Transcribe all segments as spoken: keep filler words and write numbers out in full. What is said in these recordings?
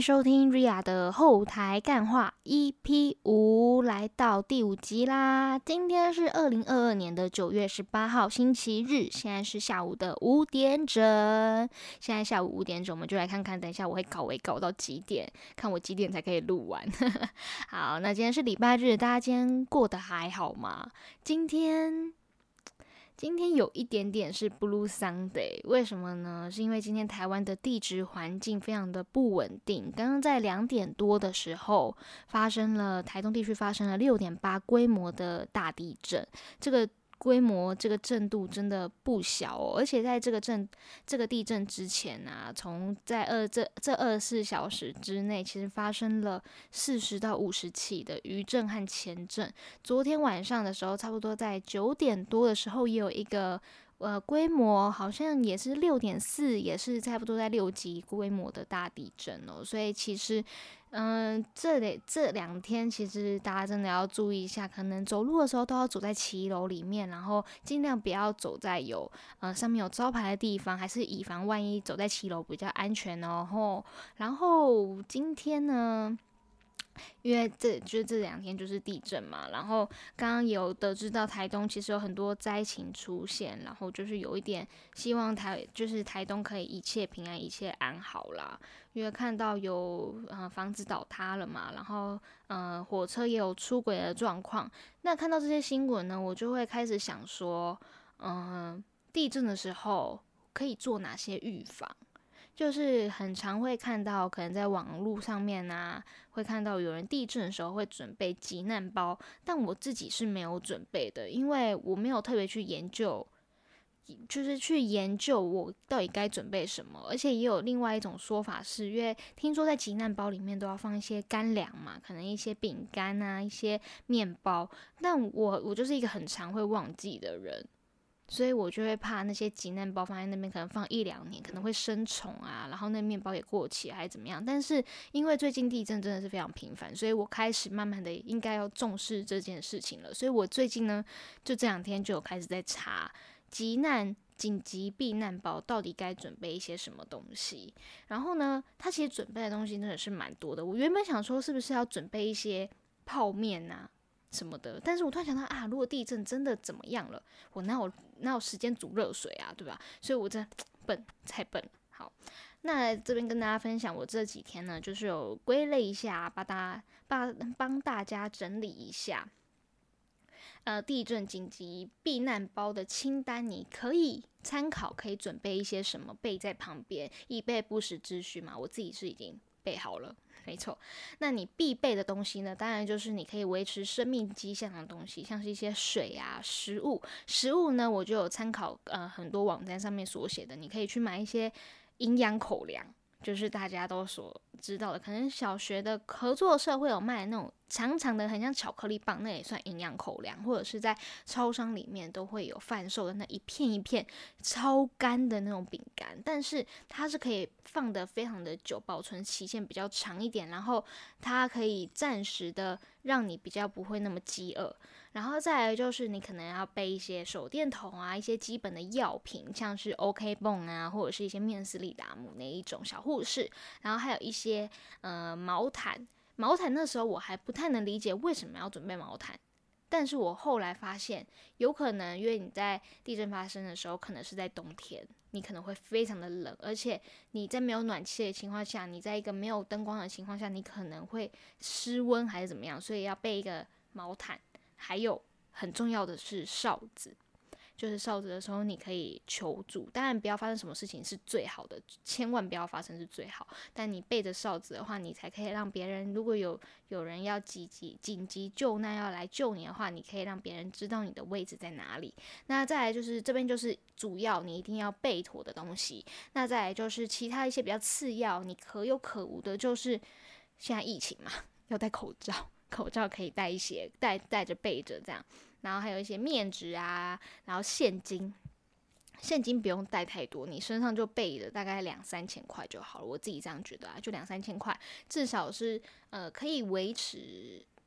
迎收听 Ria 的后台干话 E P 五，来到第五集啦。今天是二零二二年的九月十八号星期日，现在是下午的五点整。现在下午五点整，我们就来看看，等一下我会搞尾搞到几点，看我几点才可以录完。好，那今天是礼拜日，大家今天过得还好吗？今天。今天有一点点是 Blue Sunday， 为什么呢？是因为今天台湾的地质环境非常的不稳定。刚刚在两点多的时候，发生了台东地区发生了六点八规模的大地震，这个规模这个震度真的不小哦，而且在这个震这个地震之前啊，从在二这这二十四小时之内，其实发生了四十到五十起的余震和前震。昨天晚上的时候，差不多在九点多的时候，也有一个呃规模好像也是六点四，也是差不多在六级规模的大地震哦。所以其实。嗯，这里这两天其实大家真的要注意一下，可能走路的时候都要走在骑楼里面，然后尽量不要走在有呃上面有招牌的地方，还是以防万一走在骑楼比较安全哦。吼然后今天呢？因为这就是这两天就是地震嘛，然后刚刚有得知到台东其实有很多灾情出现，然后就是有一点希望台就是台东可以一切平安一切安好啦，因为看到有呃房子倒塌了嘛，然后呃火车也有出轨的状况，那看到这些新闻呢，我就会开始想说，嗯、呃，地震的时候可以做哪些预防？就是很常会看到，可能在网络上面啊，会看到有人地震的时候会准备急难包，但我自己是没有准备的，因为我没有特别去研究，就是去研究我到底该准备什么。而且也有另外一种说法是，因为听说在急难包里面都要放一些干粮嘛，可能一些饼干啊，一些面包，但我我就是一个很常会忘记的人。所以我就会怕那些急难包放在那边，可能放一两年，可能会生虫啊，然后那面包也过期还是怎么样。但是因为最近地震真的是非常频繁，所以我开始慢慢的应该要重视这件事情了。所以我最近呢，就这两天就有开始在查急难紧急避难包到底该准备一些什么东西。然后呢，他其实准备的东西真的是蛮多的。我原本想说是不是要准备一些泡面啊什么的，但是我突然想到啊，如果地震真的怎么样了，我哪有哪有时间煮热水啊，对吧？所以我真的笨，太笨了。好，那这边跟大家分享，我这几天呢，就是有归类一下，帮大帮帮大家整理一下，呃，地震紧急避难包的清单，你可以参考，可以准备一些什么备在旁边，以备不时之需嘛。我自己是已经备好了。没错，那你必备的东西呢？当然就是你可以维持生命迹象的东西，像是一些水啊、食物。食物呢，我就有参考呃很多网站上面所写的，你可以去买一些营养口粮，就是大家都所知道的，可能小学的合作社会有卖那种长长的，很像巧克力棒，那也算营养口粮，或者是在超商里面都会有贩售的那一片一片超干的那种饼干，但是它是可以放得非常的久，保存期限比较长一点，然后它可以暂时的让你比较不会那么饥饿。然后再来就是你可能要备一些手电筒啊，一些基本的药品，像是 OK 泵啊，或者是一些面斯利达姆那一种小护士，然后还有一些呃毛毯。毛毯那时候我还不太能理解为什么要准备毛毯，但是我后来发现，有可能因为你在地震发生的时候，可能是在冬天，你可能会非常的冷，而且你在没有暖气的情况下，你在一个没有灯光的情况下，你可能会失温还是怎么样，所以要备一个毛毯。还有很重要的是哨子，就是哨子的时候你可以求助，当然不要发生什么事情是最好的，千万不要发生是最好。但你背着哨子的话，你才可以让别人，如果有有人要紧急紧急救难要来救你的话，你可以让别人知道你的位置在哪里。那再来就是这边就是主要你一定要备妥的东西，那再来就是其他一些比较次要，你可有可无的，就是现在疫情嘛，要戴口罩。口罩可以戴一些，戴戴着备着这样，然后还有一些面纸啊，然后现金，现金不用带太多，你身上就备着大概两三千块就好了。我自己这样觉得啊，就两三千块，至少是呃可以维持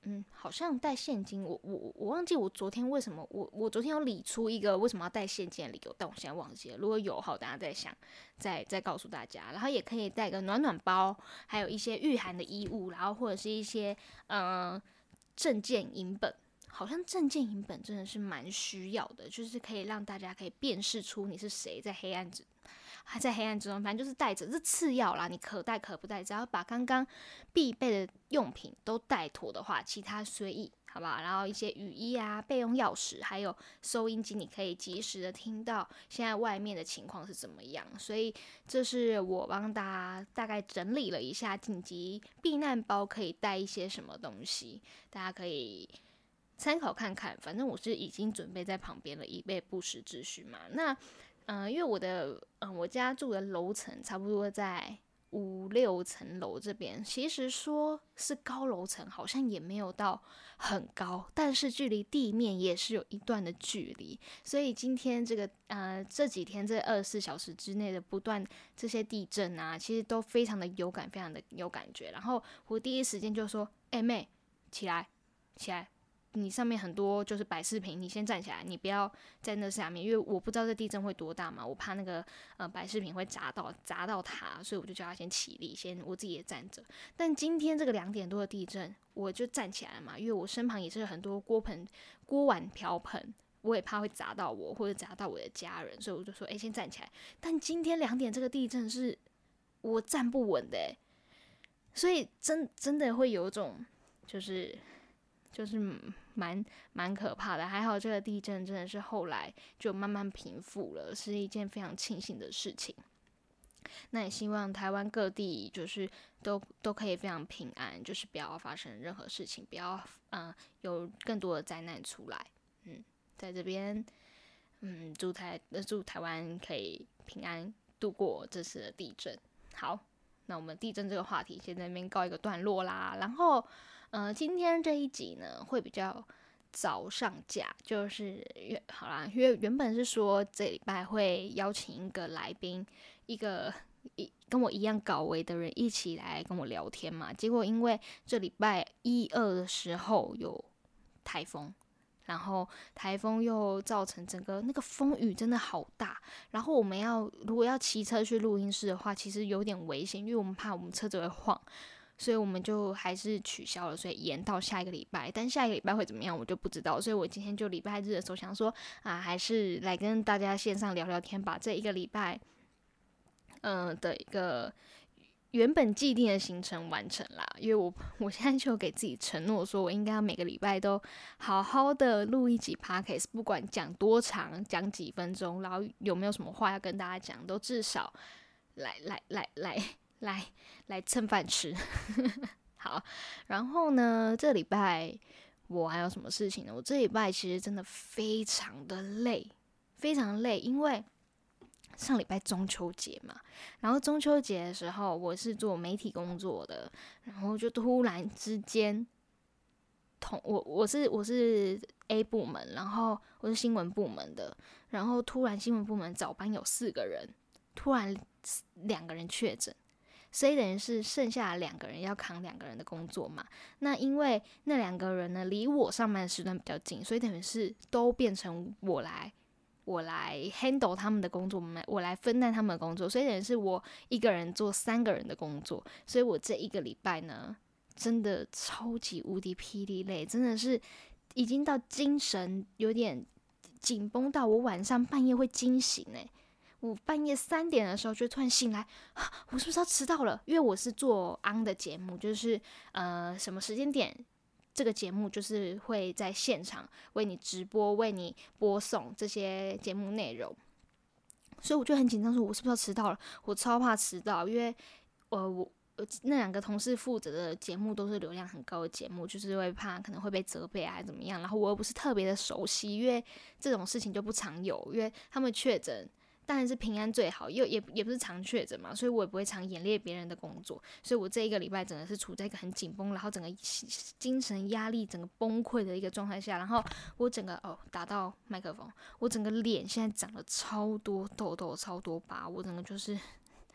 嗯，好像带现金，我我我忘记我昨天为什么我我昨天有理出一个为什么要带现金的理由，但我现在忘记了。如果有，好，等下再想，再再告诉大家。然后也可以带个暖暖包，还有一些御寒的衣物，然后或者是一些呃证件影本。好像证件影本真的是蛮需要的，就是可以让大家可以辨识出你是谁，在黑暗之还在黑暗之中，反正就是带着，是次要啦，你可带可不带，只要把刚刚必备的用品都带妥的话，其他随意，好不好？然后一些雨衣啊、备用钥匙，还有收音机，你可以及时的听到现在外面的情况是怎么样。所以这是我帮大家大概整理了一下紧急避难包可以带一些什么东西，大家可以参考看看。反正我是已经准备在旁边了，以备不时之需嘛。那嗯、呃，因为我的嗯、呃，我家住的楼层差不多在五六层楼这边，其实说是高楼层，好像也没有到很高，但是距离地面也是有一段的距离。所以今天这个呃这几天这二十四小时之内的不断这些地震啊，其实都非常的有感，非常的有感觉。然后我第一时间就说：“哎、欸、妹，起来，起来！”你上面很多就是摆饰品，你先站起来，你不要在那下面，因为我不知道这地震会多大嘛，我怕那个呃摆饰品会砸到砸到它，所以我就叫他先起立，先我自己也站着。但今天这个两点多的地震，我就站起来了嘛，因为我身旁也是很多锅盆、锅碗瓢盆，我也怕会砸到我或者砸到我的家人，所以我就说，哎、欸，先站起来。但今天两点这个地震是我站不稳的、欸，所以真真的会有一种就是就是蛮蛮可怕的。还好这个地震真的是后来就慢慢平复了，是一件非常庆幸的事情。那也希望台湾各地就是都都可以非常平安，就是不要发生任何事情，不要嗯、呃、有更多的灾难出来。嗯，在这边嗯祝台祝台湾可以平安度过这次的地震。好，那我们地震这个话题先在那边告一个段落啦。然后呃今天这一集呢会比较早上架，就是好啦，因为原本是说这礼拜会邀请一个来宾，一个一跟我一样搞维的人一起来跟我聊天嘛。结果因为这礼拜一二的时候有台风，然后台风又造成整个那个风雨真的好大，然后我们要如果要骑车去录音室的话，其实有点危险，因为我们怕我们车子会晃。所以我们就还是取消了，所以延到下一个礼拜。但下一个礼拜会怎么样，我就不知道。所以我今天就礼拜日的时候想说，啊，还是来跟大家线上聊聊天，把这一个礼拜，嗯、呃、的一个原本既定的行程完成啦。因为我我现在就给自己承诺，说我应该要每个礼拜都好好的录一集 podcast， 不管讲多长，讲几分钟，然后有没有什么话要跟大家讲，都至少来来来来。来来蹭饭吃好，然后呢这礼拜我还有什么事情呢？我这礼拜其实真的非常的累，非常累，因为上礼拜中秋节嘛，然后中秋节的时候我是做媒体工作的，然后就突然之间同我我是我是 A 部门，然后我是新闻部门的，然后突然新闻部门早班有四个人，突然两个人确诊，所以等于是剩下两个人要扛两个人的工作嘛。那因为那两个人呢离我上班的时段比较近，所以等于是都变成我来我来 handle 他们的工作，我来分担他们的工作，所以等于是我一个人做三个人的工作。所以我这一个礼拜呢真的超级无敌霹雳累，真的是已经到精神有点紧绷到我晚上半夜会惊醒欸。我半夜三点的时候就突然醒来，啊，我是不是要迟到了？因为我是做 on 的节目，就是呃什么时间点这个节目就是会在现场为你直播、为你播送这些节目内容，所以我就很紧张，说我是不是要迟到了？我超怕迟到，因为呃我那两个同事负责的节目都是流量很高的节目，就是会怕可能会被责备啊，还怎么样？然后我又不是特别的熟悉，因为这种事情就不常有，因为他们确诊。当然是平安最好，又也也不是常确诊嘛，所以我也不会常演练别人的工作，所以我这一个礼拜整个是处在一个很紧绷，然后整个精神压力整个崩溃的一个状态下，然后我整个哦打到麦克风，我整个脸现在长了超多痘痘，超多疤，我整个就是因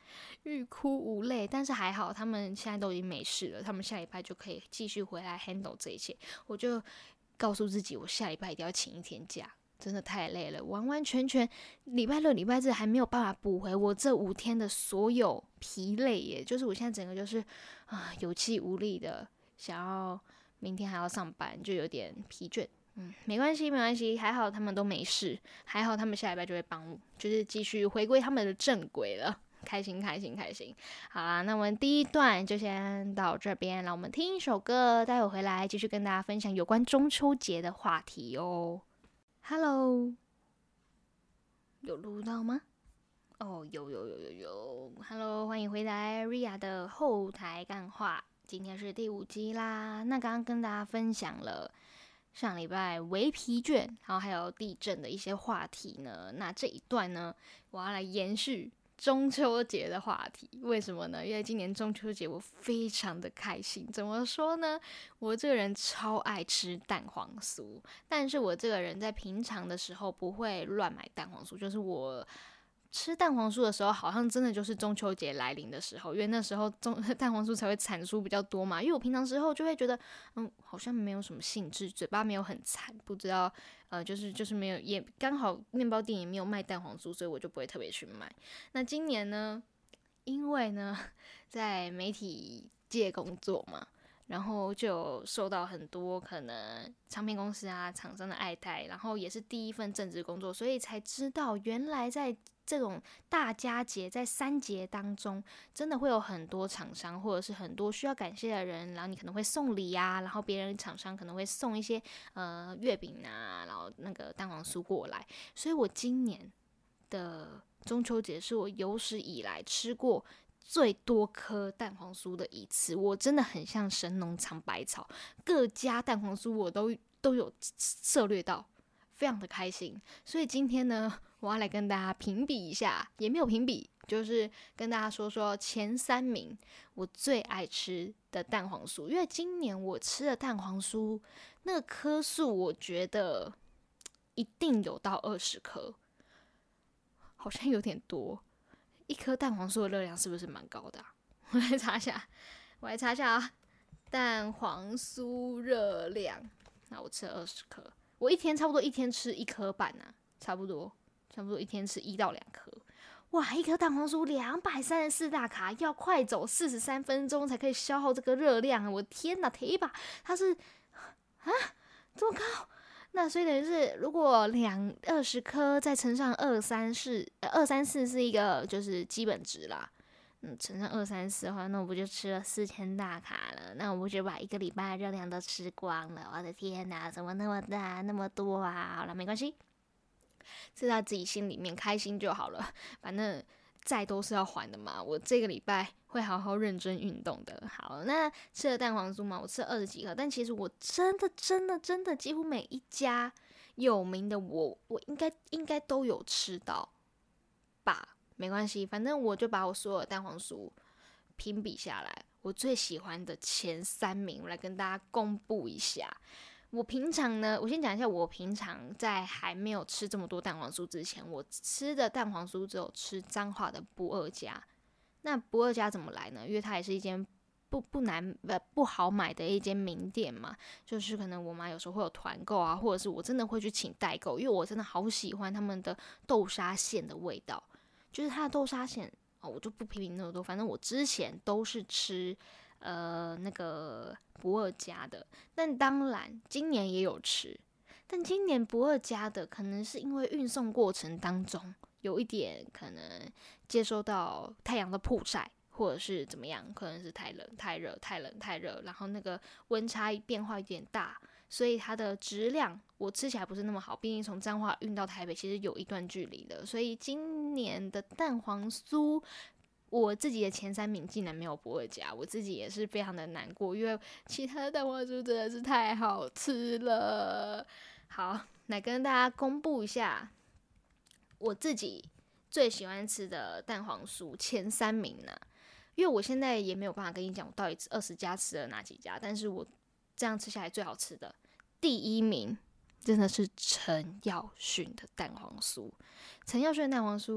欲哭无泪，但是还好他们现在都已经没事了，他们下礼拜就可以继续回来 handle 这一切。我就告诉自己，我下礼拜一定要请一天假，真的太累了，完完全全礼拜六、礼拜日还没有办法补回我这五天的所有疲累耶，就是我现在整个就是啊有气无力的，想要明天还要上班，就有点疲倦。嗯，没关系，没关系，还好他们都没事，还好他们下礼拜就会帮我，就是继续回归他们的正轨了，开心，开心，开心。好啦，那我们第一段就先到这边，让我们听一首歌，待会回来继续跟大家分享有关中秋节的话题哦。Hello， 有录到吗？哦，有有有有有 ，Hello， 欢迎回来 Ria 的后台干话，今天是第五集啦。那刚刚跟大家分享了上礼拜微疲倦，然后还有地震的一些话题呢。那这一段呢，我要来延续中秋节的话题。为什么呢？因为今年中秋节我非常的开心。怎么说呢？我这个人超爱吃蛋黄酥，但是我这个人在平常的时候不会乱买蛋黄酥，就是我吃蛋黄酥的时候，好像真的就是中秋节来临的时候，因为那时候中蛋黄酥才会产出比较多嘛。因为我平常时候就会觉得，嗯，好像没有什么兴致，嘴巴没有很馋，不知道，呃，就是就是没有，也刚好面包店也没有卖蛋黄酥，所以我就不会特别去买。那今年呢，因为呢在媒体界工作嘛，然后就有受到很多可能唱片公司啊、厂商的爱戴，然后也是第一份正职工作，所以才知道原来在这种大佳节，在三节当中，真的会有很多厂商或者是很多需要感谢的人，然后你可能会送礼啊，然后别人厂商可能会送一些呃月饼啊，然后那个蛋黄酥过来，所以我今年的中秋节是我有史以来吃过最多颗蛋黄酥的一次，我真的很像神农尝百草，各家蛋黄酥我都都有涉略到，非常的开心。所以今天呢，我要来跟大家评比一下，也没有评比，就是跟大家说说前三名我最爱吃的蛋黄酥。因为今年我吃的蛋黄酥那个颗数，我觉得一定有到二十颗，好像有点多。一颗蛋黄酥的热量是不是蛮高的啊？我来查一下，我来查一下啊，蛋黄酥热量。那我吃了二十颗，我一天差不多一天吃一颗半啊，差不多，差不多一天吃一到两颗。哇，一颗蛋黄酥两百三十四大卡，要快走四十三分钟才可以消耗这个热量。我天哪，铁吧，它是啊这么高？那所以等于是，如果两二十颗再乘上二三四，呃二三四是一个就是基本值啦。嗯，乘上二三四的话，那我不就吃了四千大卡了？那我不就把一个礼拜的热量都吃光了？我的天哪，怎么那么大那么多啊？好了，没关系，是在自己心里面开心就好了，反正债都是要还的嘛。我这个礼拜会好好认真运动的。好，那吃了蛋黄酥嘛，我吃了二十几颗，但其实我真的真的真的几乎每一家有名的我我应该应该都有吃到吧。没关系，反正我就把我所有的蛋黄酥评比下来，我最喜欢的前三名，我来跟大家公布一下。我平常呢，我先讲一下，我平常在还没有吃这么多蛋黄酥之前，我吃的蛋黄酥只有吃彰化的不二家。那不二家怎么来呢？因为它也是一间不不难不不好买的一间名店嘛，就是可能我妈有时候会有团购啊，或者是我真的会去请代购，因为我真的好喜欢他们的豆沙馅的味道。就是它的豆沙馅哦，我就不批评那么多，反正我之前都是吃呃那个不二家的，但当然今年也有吃，但今年不二家的可能是因为运送过程当中有一点可能接收到太阳的曝晒，或者是怎么样，可能是太冷、太热、太冷、太热，然后那个温差变化有点大，所以它的质量我吃起来不是那么好，毕竟从彰化运到台北其实有一段距离的，所以今年的蛋黄酥我自己的前三名竟然没有不二家，我自己也是非常的难过，因为其他的蛋黄酥真的是太好吃了。好，来跟大家公布一下我自己最喜欢吃的蛋黄酥前三名呢、啊，因为我现在也没有办法跟你讲我到底二十家吃了哪几家，但是我这样吃下来最好吃的第一名真的是陈耀迅的蛋黄酥。陈耀迅的蛋黄酥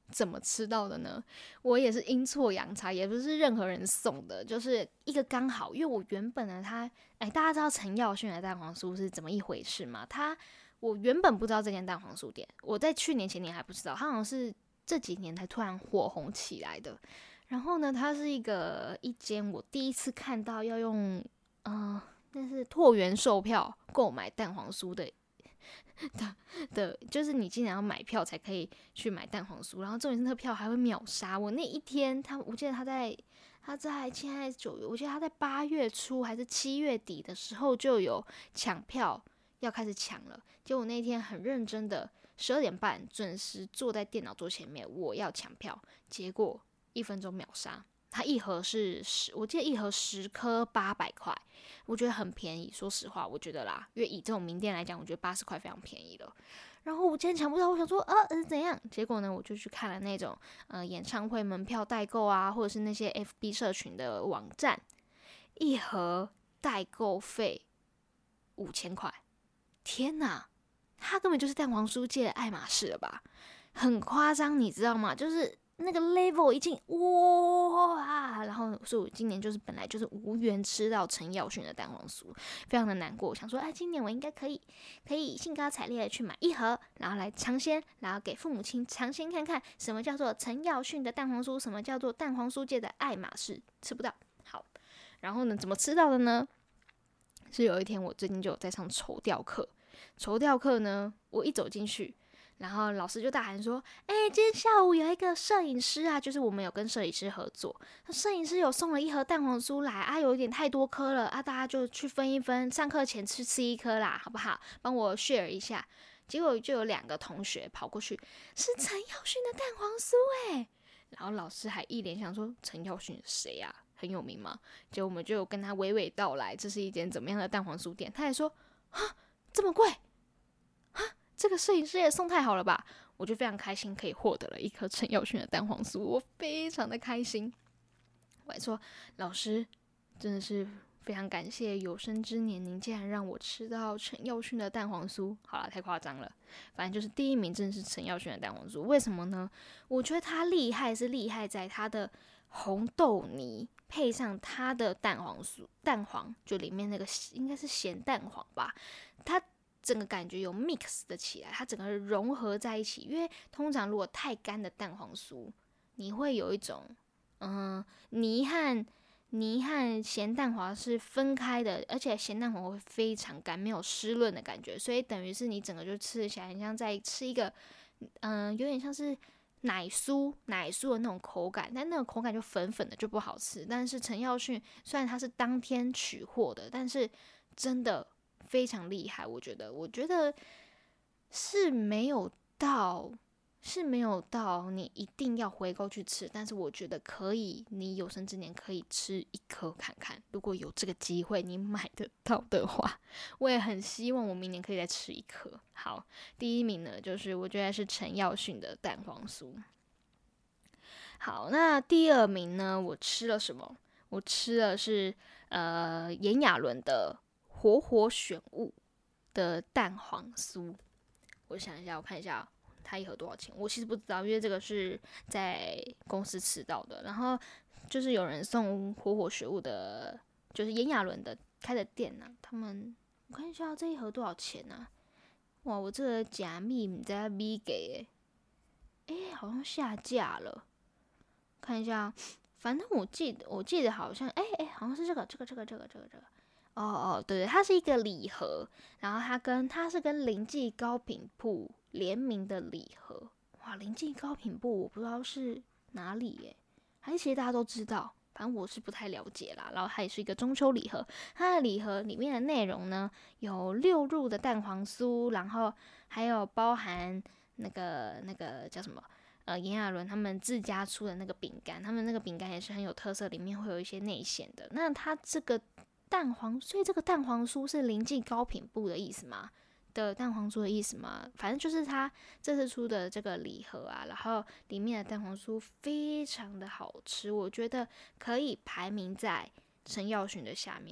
怎么吃到的呢？我也是阴错阳差，也不是任何人送的，就是一个刚好。因为我原本呢，他哎，大家知道陈耀迅的蛋黄酥是怎么一回事吗？他我原本不知道这间蛋黄酥店，我在去年前年还不知道，他好像是这几年才突然火红起来的。然后呢，它是一个一间我第一次看到要用，嗯、呃，那是拓元售票购买蛋黄酥的。的的，就是你竟然要买票才可以去买蛋黄酥，然后重点是那个票还会秒杀。我那一天，他我记得他在他在现在九月，我记得他在八月初还是七月底的时候就有抢票要开始抢了。结果我那天很认真的十二点半准时坐在电脑桌前面，我要抢票，结果一分钟秒杀。它一盒是十，我记得一盒十颗八百块，我觉得很便宜。说实话，我觉得啦，因为以这种名店来讲，我觉得八十块非常便宜了。然后我今天抢不到，我想说，呃，是怎样？结果呢，我就去看了那种呃演唱会门票代购啊，或者是那些 F B 社群的网站，一盒代购费五千块，天哪！它根本就是蛋黄酥界的爱马仕了吧？很夸张，你知道吗？就是那个 level 已经哇，然后所以我今年就是本来就是无缘吃到陈耀迅的蛋黄酥，非常的难过。想说，哎，今年我应该可以可以兴高采烈的去买一盒，然后来尝鲜，然后给父母亲尝鲜看看什么叫做陈耀迅的蛋黄酥，什么叫做蛋黄酥界的爱马仕，吃不到。好，然后呢，怎么吃到的呢？是有一天我最近就有在上绸调课，绸调课呢，我一走进去。然后老师就大喊说：“哎、欸，今天下午有一个摄影师啊，就是我们有跟摄影师合作，摄影师有送了一盒蛋黄酥来啊，有一点太多颗了啊，大家就去分一分，上课前吃吃一颗啦，好不好？帮我 share 一下。”结果就有两个同学跑过去，是陈耀迅的蛋黄酥哎，然后老师还一脸想说：“陈耀迅谁呀、啊？很有名吗？”结果我们就跟他娓娓道来，这是一间怎么样的蛋黄酥店，他还说：“啊，这么贵。”这个摄影师也送太好了吧！我就非常开心，可以获得了一颗陈耀迅的蛋黄酥，我非常的开心。我还说，老师真的是非常感谢有生之年您竟然让我吃到陈耀迅的蛋黄酥。好啦，太夸张了，反正就是第一名真的是陈耀迅的蛋黄酥。为什么呢？我觉得他厉害是厉害在他的红豆泥配上他的蛋黄酥，蛋黄就里面那个应该是咸蛋黄吧，它整个感觉有 mix 的起来，它整个融合在一起。因为通常如果太干的蛋黄酥，你会有一种嗯泥和泥和咸蛋黄是分开的，而且咸蛋黄会非常干，没有湿润的感觉，所以等于是你整个就吃起来很像在吃一个嗯有点像是奶酥奶酥的那种口感，但那种口感就粉粉的，就不好吃。但是陈耀迅虽然他是当天取货的，但是真的非常厉害，我觉得，我觉得是没有到，是没有到你一定要回购去吃，但是我觉得可以，你有生之年可以吃一颗看看，如果有这个机会你买得到的话，我也很希望我明年可以再吃一颗。好，第一名呢，就是我觉得是陈耀迅的蛋黄酥。好，那第二名呢，我吃了什么？我吃的是呃炎亚纶的活活选物的蛋黄酥。我想一下，我看一下它一盒多少钱。我其实不知道，因为这个是在公司吃到的。然后就是有人送活活选物的，就是炎亚纶的开的店啊。他们我看一下这一盒多少钱啊？哇，我这个假币不知道买给诶，诶，好像下架了。看一下，反正我记得我记得好像诶诶，好像是这个这个这个这个这个这个。哦哦，对，它是一个礼盒，然后它跟它是跟林记糕品铺联名的礼盒。哇，林记糕品铺我不知道是哪里耶，还是其实大家都知道，反正我是不太了解啦。然后它也是一个中秋礼盒，它的礼盒里面的内容呢有六入的蛋黄酥，然后还有包含那个那个叫什么？呃，炎亚纶他们自家出的那个饼干，他们那个饼干也是很有特色，里面会有一些内馅的。那它这个蛋黄，所以这个蛋黄酥是临近糕品部的意思吗？的蛋黄酥的意思吗？反正就是它这次出的这个礼盒啊，然后里面的蛋黄酥非常的好吃，我觉得可以排名在陈耀迅的下面。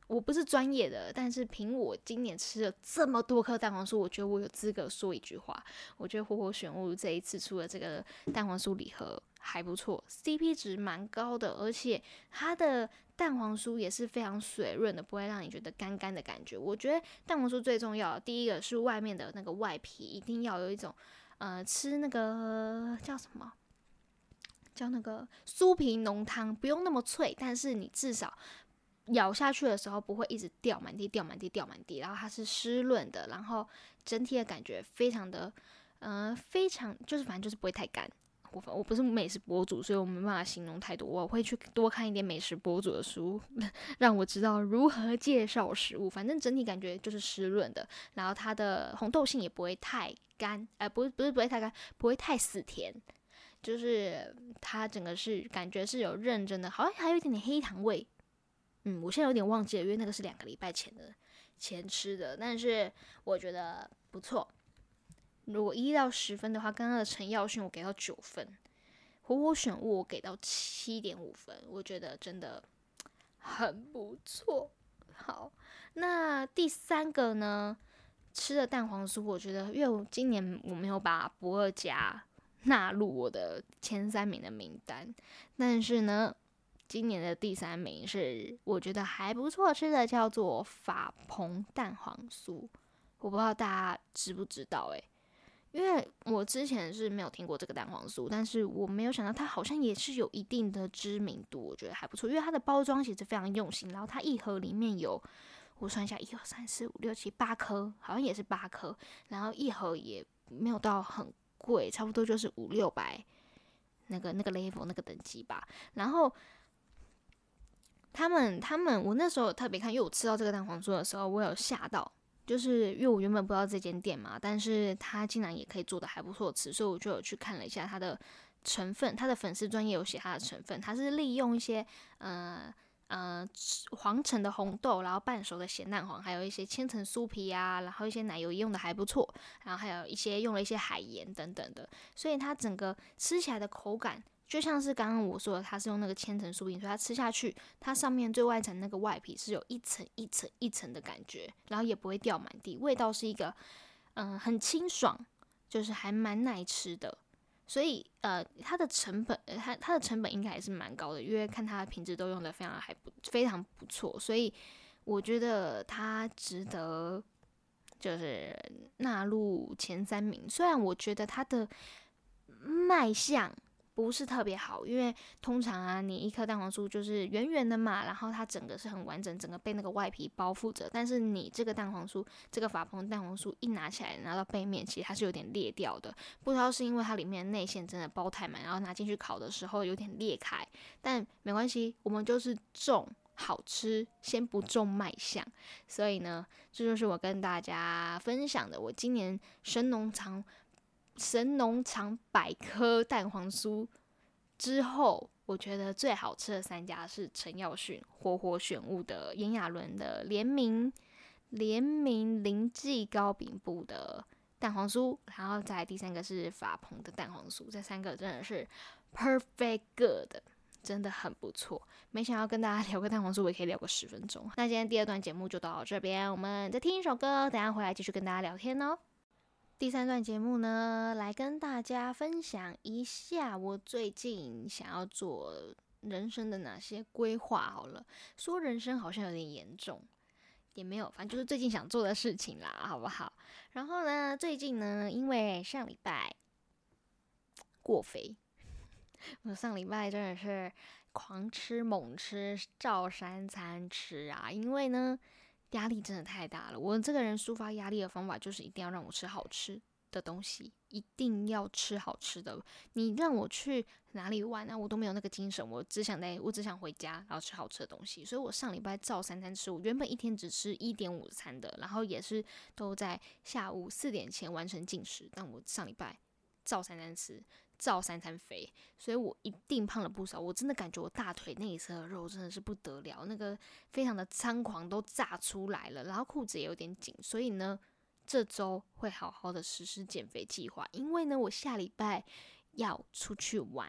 我不是专业的，但是凭我今年吃了这么多颗蛋黄酥，我觉得我有资格说一句话。我觉得活活选物这一次出的这个蛋黄酥礼盒还不错 ，C P 值蛮高的，而且它的蛋黄酥也是非常水润的，不会让你觉得干干的感觉。我觉得蛋黄酥最重要的，第一个是外面的那个外皮一定要有一种，呃，吃那个叫什么？叫那个酥皮浓汤，不用那么脆，但是你至少咬下去的时候不会一直掉满地、掉满地、掉满地，然后它是湿润的，然后整体的感觉非常的，呃，非常就是反正就是不会太干。我我不是美食博主，所以我没办法形容太多。我会去多看一点美食博主的书，让我知道如何介绍食物。反正整体感觉就是湿润的，然后它的红豆馅也不会太干，呃，不是不是不会太干，不会太死甜。就是它整个是感觉是有认真的，好像还有一点点黑糖味。嗯，我现在有点忘记了，因为那个是两个礼拜前的前吃的，但是我觉得不错。如果一到十分的话，刚刚的陈耀迅我给到九分，活活选物我给到七点五分，我觉得真的很不错。好，那第三个呢，吃的蛋黄酥，我觉得因为今年我没有把不二家纳入我的前三名的名单，但是呢，今年的第三名是我觉得还不错吃的，叫做法鹏蛋黄酥。我不知道大家知不知道诶、欸，因为我之前是没有听过这个蛋黄酥，但是我没有想到它好像也是有一定的知名度，我觉得还不错，因为它的包装其实非常用心，然后它一盒里面有我算一下，一二三四五六七八颗，好像也是八颗，然后一盒也没有到很贵，差不多就是五六百那个那个 level 那个等级吧。然后他们他们，我那时候有特别看，因为我吃到这个蛋黄酥的时候，我有吓到，就是因为我原本不知道这间店嘛，但是它竟然也可以做的还不错吃，所以我就有去看了一下它的成分，它的粉丝专页有写它的成分，它是利用一些呃。呃，黄橙的红豆，然后半熟的咸蛋黄，还有一些千层酥皮啊，然后一些奶油用的还不错，然后还有一些用了一些海盐等等的，所以它整个吃起来的口感就像是刚刚我说的，它是用那个千层酥皮，所以它吃下去，它上面最外层那个外皮是有一层一层一层的感觉，然后也不会掉满地，味道是一个嗯、呃、很清爽，就是还蛮耐吃的。所以，呃，它的成本，呃、它它的成本应该还是蛮高的，因为看它的品质都用的非常还不非常不错，所以我觉得它值得就是纳入前三名。虽然我觉得它的卖相不是特别好，因为通常啊，你一颗蛋黄酥就是圆圆的嘛，然后它整个是很完整，整个被那个外皮包覆着。但是你这个蛋黄酥，这个法鹏蛋黄酥一拿起来，拿到背面，其实它是有点裂掉的。不知道是因为它里面的内馅真的包太满，然后拿进去烤的时候有点裂开。但没关系，我们就是重好吃，先不重卖相。所以呢，这就是我跟大家分享的，我今年神农尝。神农尝百颗蛋黄酥之后，我觉得最好吃的三家是陈耀迅活活选物的炎亚纶的联名联名林记糕饼部的蛋黄酥，然后再来第三个是法鹏的蛋黄酥，这三个真的是 perfect good， 真的很不错。没想到跟大家聊个蛋黄酥，我也可以聊个十分钟。那今天第二段节目就到这边，我们再听一首歌，等一下回来继续跟大家聊天哦。第三段节目呢，来跟大家分享一下我最近想要做人生的哪些规划。好了，说人生好像有点严重，也没有，反正就是最近想做的事情啦，好不好？然后呢，最近呢，因为上礼拜过肥，我上礼拜真的是狂吃猛吃，照三餐吃啊，因为呢。压力真的太大了，我这个人抒发压力的方法就是一定要让我吃好吃的东西，一定要吃好吃的。你让我去哪里玩啊，我都没有那个精神，我只想在，我只想回家，然后吃好吃的东西。所以我上礼拜照三餐吃，我原本一天只吃一点五餐的，然后也是都在下午四点前完成进食，但我上礼拜照三餐吃。照三餐肥，所以我一定胖了不少。我真的感觉我大腿内侧的肉真的是不得了，那个非常的猖狂都炸出来了，然后裤子也有点紧。所以呢，这周会好好的实施减肥计划，因为呢，我下礼拜要出去玩。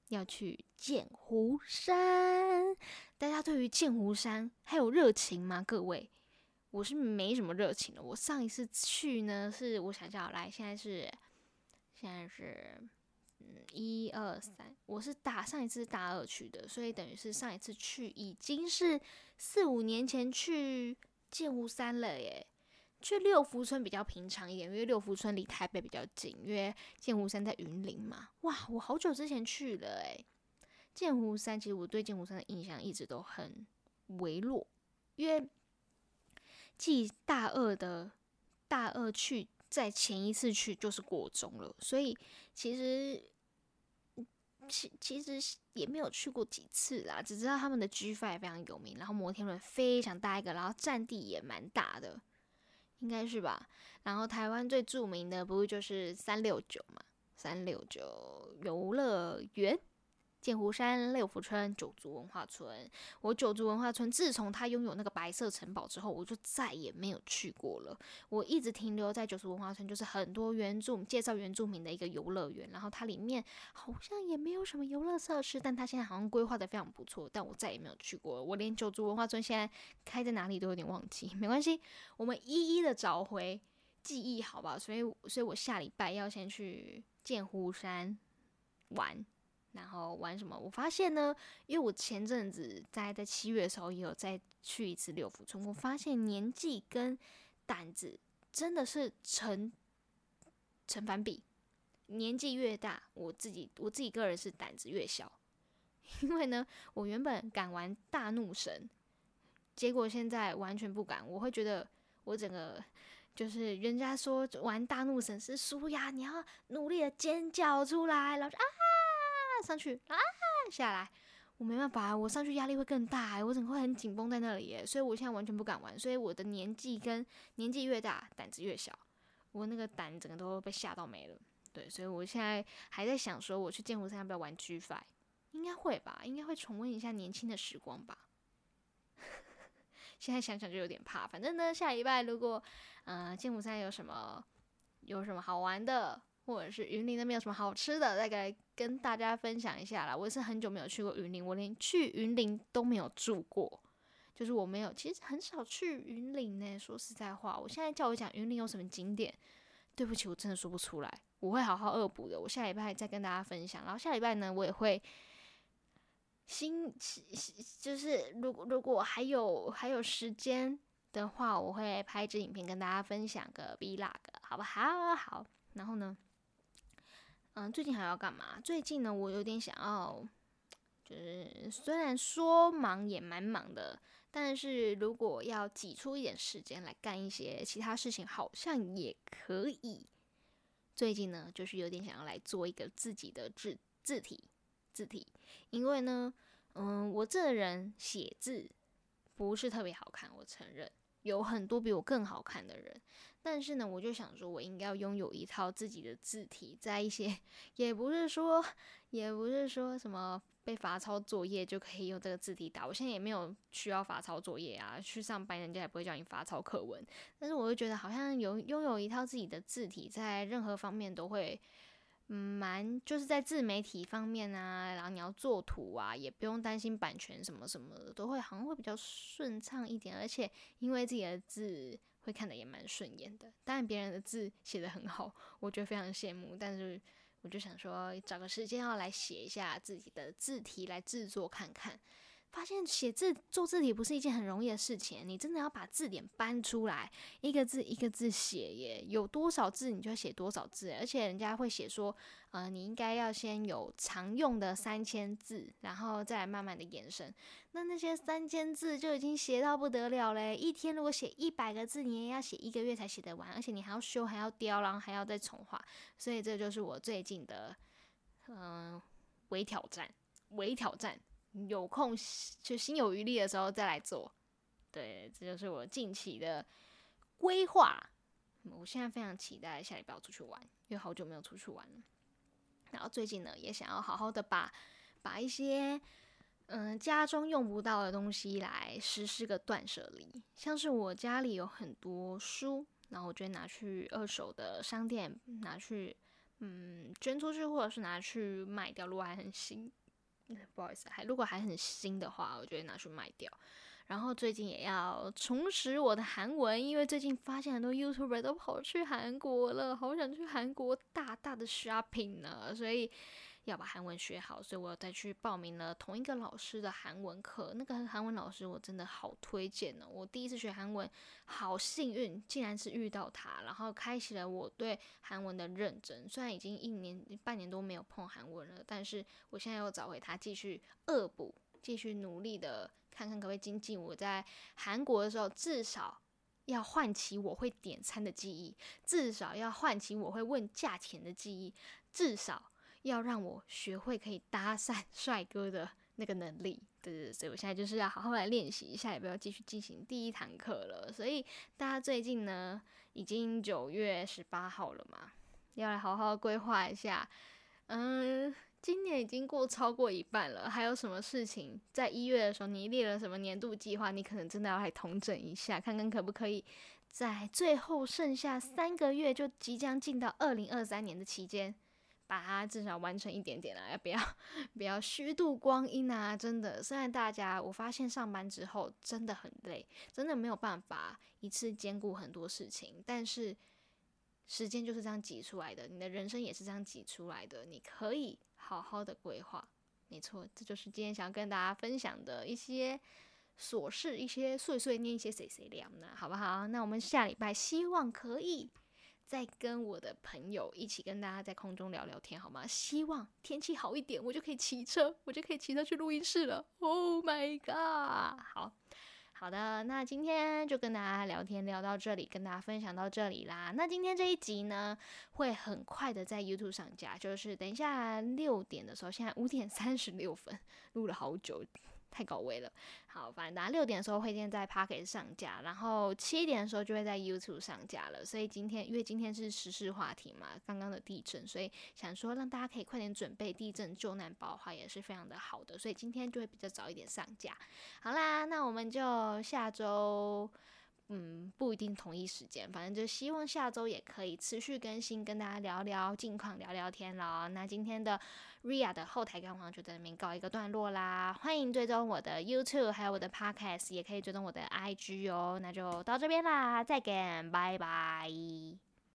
要去剑湖山。大家对于剑湖山还有热情吗？各位，我是没什么热情的。我上一次去呢，是我想想，来，现在是现在是嗯一二三，我是大上一次是大二去的，所以等于是上一次去已经是四五年前去剑湖山了耶。去六福村比较平常一点，因为六福村离台北比较近，因为剑湖山在云林嘛。哇，我好久之前去了诶。剑湖山其实我对剑湖山的印象一直都很微弱，因为继大二的大二去，在前一次去就是国中了，所以其实其其实也没有去过几次啦，只知道他们的 G 五 非常有名，然后摩天轮非常大一个，然后占地也蛮大的。应该是吧。然后台湾最著名的不是就是三六九嘛？三六九游乐园、剑湖山、六福村、九族文化村。我九族文化村自从它拥有那个白色城堡之后，我就再也没有去过了。我一直停留在九族文化村，就是很多原住介绍原住民的一个游乐园，然后它里面好像也没有什么游乐设施，但它现在好像规划的非常不错，但我再也没有去过了。我连九族文化村现在开在哪里都有点忘记，没关系，我们一一的找回记忆，好吧？所以，所以我下礼拜要先去剑湖山玩。然后玩什么？我发现呢，因为我前阵子在在七月的时候也有再去一次六福村，我发现年纪跟胆子真的是成成反比。年纪越大，我自己我自己个人是胆子越小，因为呢，我原本敢玩大怒神，结果现在完全不敢。我会觉得我整个就是人家说玩大怒神是输呀，你要努力的尖叫出来，然后就啊。上去啊下来，我没办法，我上去压力会更大，我整个会很紧绷在那里耶，所以我现在完全不敢玩。所以我的年纪跟年纪越大，胆子越小，我那个胆整个都被吓到没了。对，所以我现在还在想说，我去剑湖山要不要玩 G 五？ 应该会吧，应该会重温一下年轻的时光吧。现在想想就有点怕。反正呢，下礼拜如果呃剑湖山有什么有什么好玩的，或者是云林那边有什么好吃的，大概跟大家分享一下啦。我是很久没有去过云林，我连去云林都没有住过，就是我没有，其实很少去云林呢。说实在话，我现在叫我讲云林有什么景点，对不起，我真的说不出来。我会好好恶补的，我下礼拜再跟大家分享。然后下礼拜呢，我也会新，就是如果如果还有还有时间的话，我会拍一支影片跟大家分享个 vlog， 好不好？好，然后呢？嗯，最近还要干嘛？最近呢，我有点想要，就是虽然说忙也蛮忙的，但是如果要挤出一点时间来干一些其他事情，好像也可以。最近呢，就是有点想要来做一个自己的字字体字体，因为呢，嗯，我这人写字不是特别好看，我承认。有很多比我更好看的人，但是呢，我就想说，我应该要拥有一套自己的字体，在一些也不是说，也不是说什么被罚抄作业就可以用这个字体打。我现在也没有需要罚抄作业啊，去上班人家也不会叫你罚抄课文。但是我就觉得，好像有拥有一套自己的字体，在任何方面都会。嗯，蛮就是在自媒体方面啊，然后你要做图啊，也不用担心版权什么什么的，都会好像会比较顺畅一点，而且因为自己的字会看得也蛮顺眼的。当然别人的字写得很好，我觉得非常羡慕，但是我就想说找个时间要来写一下自己的字体来制作看看。发现写字做字体不是一件很容易的事情，你真的要把字典搬出来，一个字一个字写耶，有多少字你就写多少字，而且人家会写说，呃，你应该要先有常用的三千字，然后再来慢慢的延伸。那那些三千字就已经写到不得了嘞，一天如果写一百个字，你也要写一个月才写得完，而且你还要修，还要雕，然后还要再重画，所以这就是我最近的，嗯、呃，微挑战，微挑战。有空就心有余力的时候再来做，对，这就是我近期的规划。我现在非常期待下礼拜要出去玩，因为好久没有出去玩了。然后最近呢，也想要好好的把把一些嗯、呃、家中用不到的东西来实施个断舍离，像是我家里有很多书，然后我就拿去二手的商店拿去嗯捐出去，或者是拿去卖掉。如果还很新，不好意思，还如果还很新的话，我就会拿去卖掉。然后最近也要重拾我的韩文，因为最近发现很多 YouTuber 都跑去韩国了，好想去韩国大大的 shopping 呢，所以要把韩文学好，所以我再去报名了同一个老师的韩文课。那个韩文老师我真的好推荐哦，我第一次学韩文，好幸运，竟然是遇到他，然后开启了我对韩文的认真。虽然已经一年半年多没有碰韩文了，但是我现在又找回他，继续恶补，继续努力的看看可不可以精进我在韩国的时候，至少要唤起我会点餐的记忆，至少要唤起我会问价钱的记忆，至少要让我学会可以搭讪帅哥的那个能力。对对对，所以我现在就是要好好来练习一下，要不要继续进行第一堂课了。所以大家最近呢，已经九月十八号了嘛，要来好好规划一下。嗯，今年已经过超过一半了，还有什么事情在一月的时候你列了什么年度计划，你可能真的要来统整一下，看看可不可以在最后剩下三个月就即将进到二零二三年的期间，把它至少完成一点点啦，不要不要虚度光阴啊！真的，虽然大家我发现上班之后真的很累，真的没有办法一次兼顾很多事情，但是时间就是这样挤出来的，你的人生也是这样挤出来的，你可以好好的规划。没错，这就是今天想要跟大家分享的一些琐事，一些碎碎念，一些碎碎念呢，好不好？那我们下礼拜希望可以再跟我的朋友一起跟大家在空中聊聊天，好吗？希望天气好一点，我就可以骑车，我就可以骑车去录音室了。Oh my god！ 好。好的，那今天就跟大家聊天聊到这里，跟大家分享到这里啦。那今天这一集呢，会很快的在 YouTube 上架，就是等一下六点的时候，现在五点三十六分，录了好久，太高危了。好，反正大家六点的时候会先在 Pocket 上架，然后七点的时候就会在 YouTube 上架了。所以今天，因为今天是时事话题嘛，刚刚的地震，所以想说让大家可以快点准备地震救难包的话，也是非常的好的。所以今天就会比较早一点上架。好啦，那我们就下周。嗯，不一定同一时间，反正就希望下周也可以持续更新，跟大家聊聊近况，聊聊天咯。那今天的 Ria 的后台干话就在那边告一个段落啦。欢迎追踪我的 YouTube， 还有我的 Podcast， 也可以追踪我的 I G 哦。那就到这边啦，再见，拜拜。